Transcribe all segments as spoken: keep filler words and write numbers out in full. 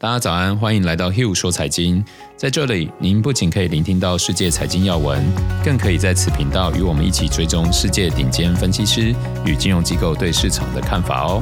大家早安，欢迎来到 Hugh 说财经。在这里，您不仅可以聆听到世界财经要闻，更可以在此频道与我们一起追踪世界顶尖分析师与金融机构对市场的看法哦。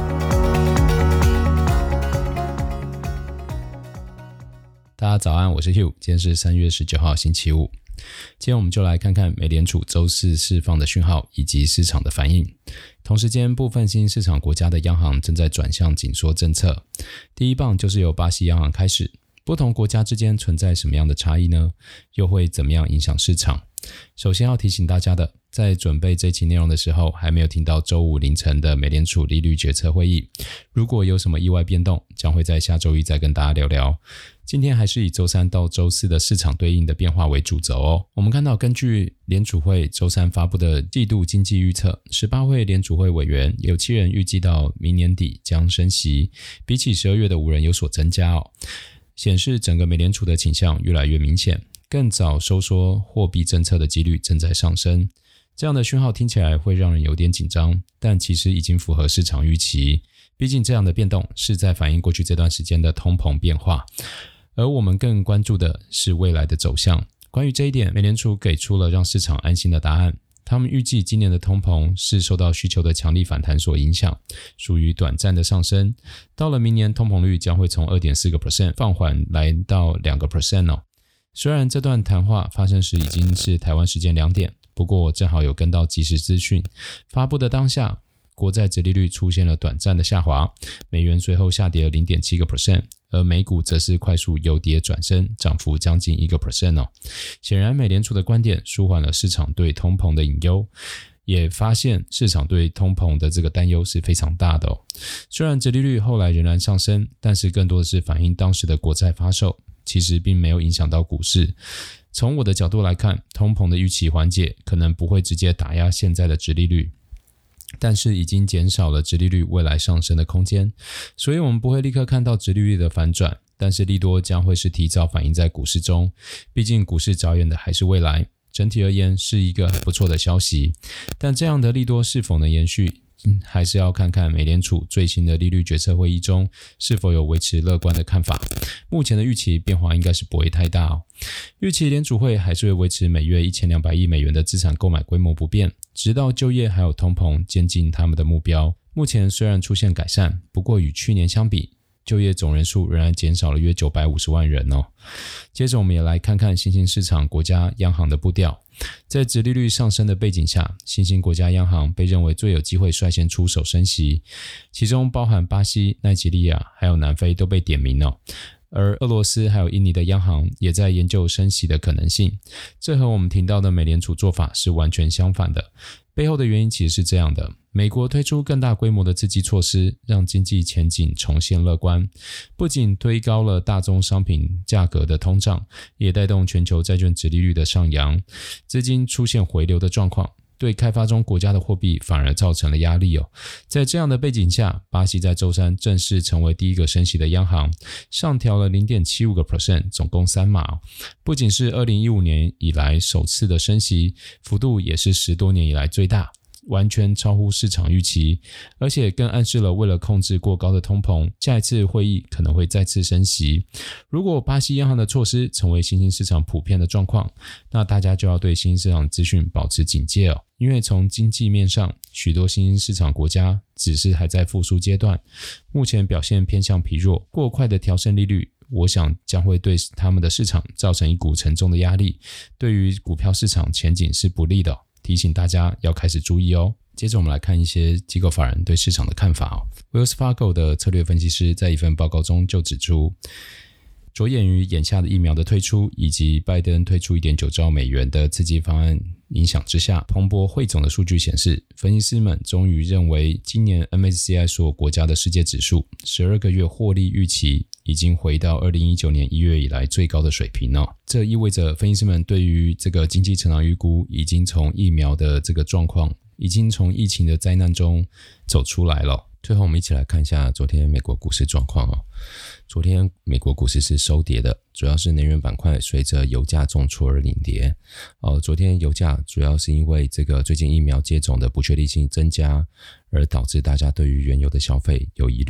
大家早安，我是 Hugh， 今天是三月十九号星期五。今天我们就来看看美联储周四释放的讯号以及市场的反应。同时间，部分新兴市场国家的央行正在转向紧缩政策。第一棒就是由巴西央行开始。不同国家之间存在什么样的差异呢？又会怎么样影响市场？首先要提醒大家的，在准备这期内容的时候，还没有听到周五凌晨的美联储利率决策会议。如果有什么意外变动，将会在下周一再跟大家聊聊。今天还是以周三到周四的市场对应的变化为主轴哦。我们看到根据联储会周三发布的季度经济预测，十八位联储会委员有七人预计到明年底将升息，比起十二月的五人有所增加哦，显示整个美联储的倾向越来越明显，更早收缩货币政策的几率正在上升。这样的讯号听起来会让人有点紧张，但其实已经符合市场预期，毕竟这样的变动是在反映过去这段时间的通膨变化。而我们更关注的是未来的走向。关于这一点，美联储给出了让市场安心的答案。他们预计今年的通膨是受到需求的强力反弹所影响，属于短暂的上升。到了明年，通膨率将会从 百分之二点四 放缓来到 百分之二 哦。虽然这段谈话发生时已经是台湾时间两点，不过我正好有跟到即时资讯，发布的当下，国债殖利率出现了短暂的下滑，美元随后下跌了 百分之零点七， 而美股则是快速由跌转升，涨幅将近 百分之一 哦。显然美联储的观点舒缓了市场对通膨的隐忧，也发现市场对通膨的这个担忧是非常大的哦。虽然殖利率后来仍然上升，但是更多的是反映当时的国债发售，其实并没有影响到股市。从我的角度来看，通膨的预期缓解可能不会直接打压现在的殖利率，但是已经减少了殖利率未来上升的空间，所以我们不会立刻看到殖利率的反转，但是利多将会是提早反映在股市中，毕竟股市着眼的还是未来，整体而言是一个很不错的消息。但这样的利多是否能延续，嗯、还是要看看美联储最新的利率决策会议中是否有维持乐观的看法。目前的预期变化应该是不会太大哦。预期联储会还是会维持每月一千两百亿美元的资产购买规模不变，直到就业还有通膨接近他们的目标。目前虽然出现改善，不过与去年相比，就业总人数仍然减少了约九百五十万人哦。接着我们也来看看新兴市场国家央行的步调。在殖利率上升的背景下，新兴国家央行被认为最有机会率先出手升息，其中包含巴西、奈及利亚还有南非都被点名哦。而俄罗斯还有印尼的央行也在研究升息的可能性，这和我们提到的美联储做法是完全相反的。背后的原因其实是这样的，美国推出更大规模的刺激措施，让经济前景重现乐观，不仅推高了大宗商品价格的通胀，也带动全球债券殖利率的上扬，资金出现回流的状况，对开发中国家的货币反而造成了压力哦。在这样的背景下，巴西在周三正式成为第一个升息的央行，上调了 百分之零点七五， 总共三码哦。不仅是二零一五年以来首次的升息，幅度也是十多年以来最大，完全超乎市场预期，而且更暗示了为了控制过高的通膨，下一次会议可能会再次升息。如果巴西央行的措施成为新兴市场普遍的状况，那大家就要对新兴市场资讯保持警戒哦。因为从经济面上，许多新兴市场国家只是还在复苏阶段，目前表现偏向疲弱，过快的调升利率，我想将会对他们的市场造成一股沉重的压力，对于股票市场前景是不利的哦。提醒大家要开始注意哦。接着我们来看一些机构法人对市场的看法哦。Wells Fargo 的策略分析师在一份报告中就指出，着眼于眼下的疫苗的推出，以及拜登推出 一点九兆美元的刺激方案影响之下，彭博汇总的数据显示，分析师们终于认为今年 M S C I 所有国家的世界指数十二个月获利预期已经回到二零一九年一月以来最高的水平哦。这意味着分析师们对于这个经济成长预估已经从疫苗的这个状况，已经从疫情的灾难中走出来了。最后我们一起来看一下昨天美国股市状况哦。昨天美国股市是收跌的，主要是能源板块随着油价重挫而领跌。哦，昨天油价主要是因为这个最近疫苗接种的不确定性增加，而导致大家对于原油的消费有疑虑。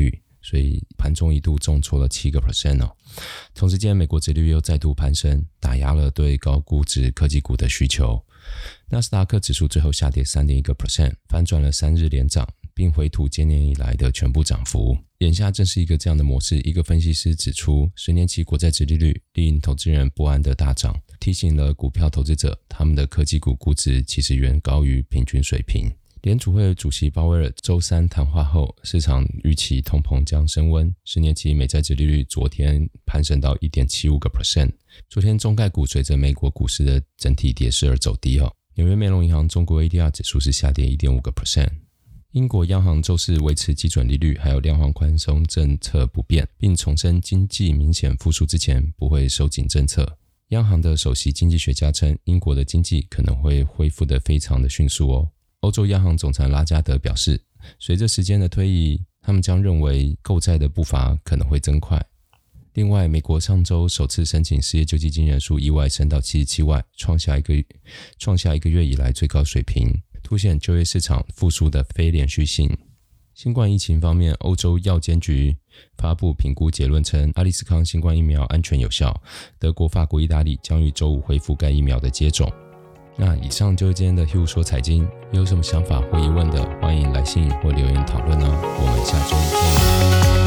所以盘中一度重挫了 百分之七 哦。同时间美国殖利率又再度攀升，打压了对高估值科技股的需求。纳斯达克指数最后下跌 百分之三点一， 反转了三日连涨，并回吐今年以来的全部涨幅。眼下正是一个这样的模式，一个分析师指出，十年期国债殖利率令投资人不安的大涨，提醒了股票投资者，他们的科技股估值其实远高于平均水平。联储会主席鲍威尔周三谈话后，市场预期通膨将升温，十年期美债殖利率昨天攀升到 百分之一点七五。昨天中概股随着美国股市的整体跌势而走低哦。纽约梅隆银行中国 A D R 指数是下跌 百分之一点五。英国央行周四维持基准利率还有量化宽松政策不变，并重申经济明显复苏之前不会收紧政策。央行的首席经济学家称，英国的经济可能会恢复得非常的迅速哦。欧洲央行总裁拉加德表示，随着时间的推移，他们将认为购债的步伐可能会增快。另外，美国上周首次申请失业救济金人数意外升到七十七万，创下一个创下一个月以来最高水平，凸显就业市场复苏的非连续性。新冠疫情方面，欧洲药监局发布评估结论称，阿利斯康新冠疫苗安全有效，德国、法国、意大利将于周五恢复该疫苗的接种。那以上就是今天的 Hugh 说财经，有什么想法或疑问的，欢迎来信或留言讨论哦。我们下周见。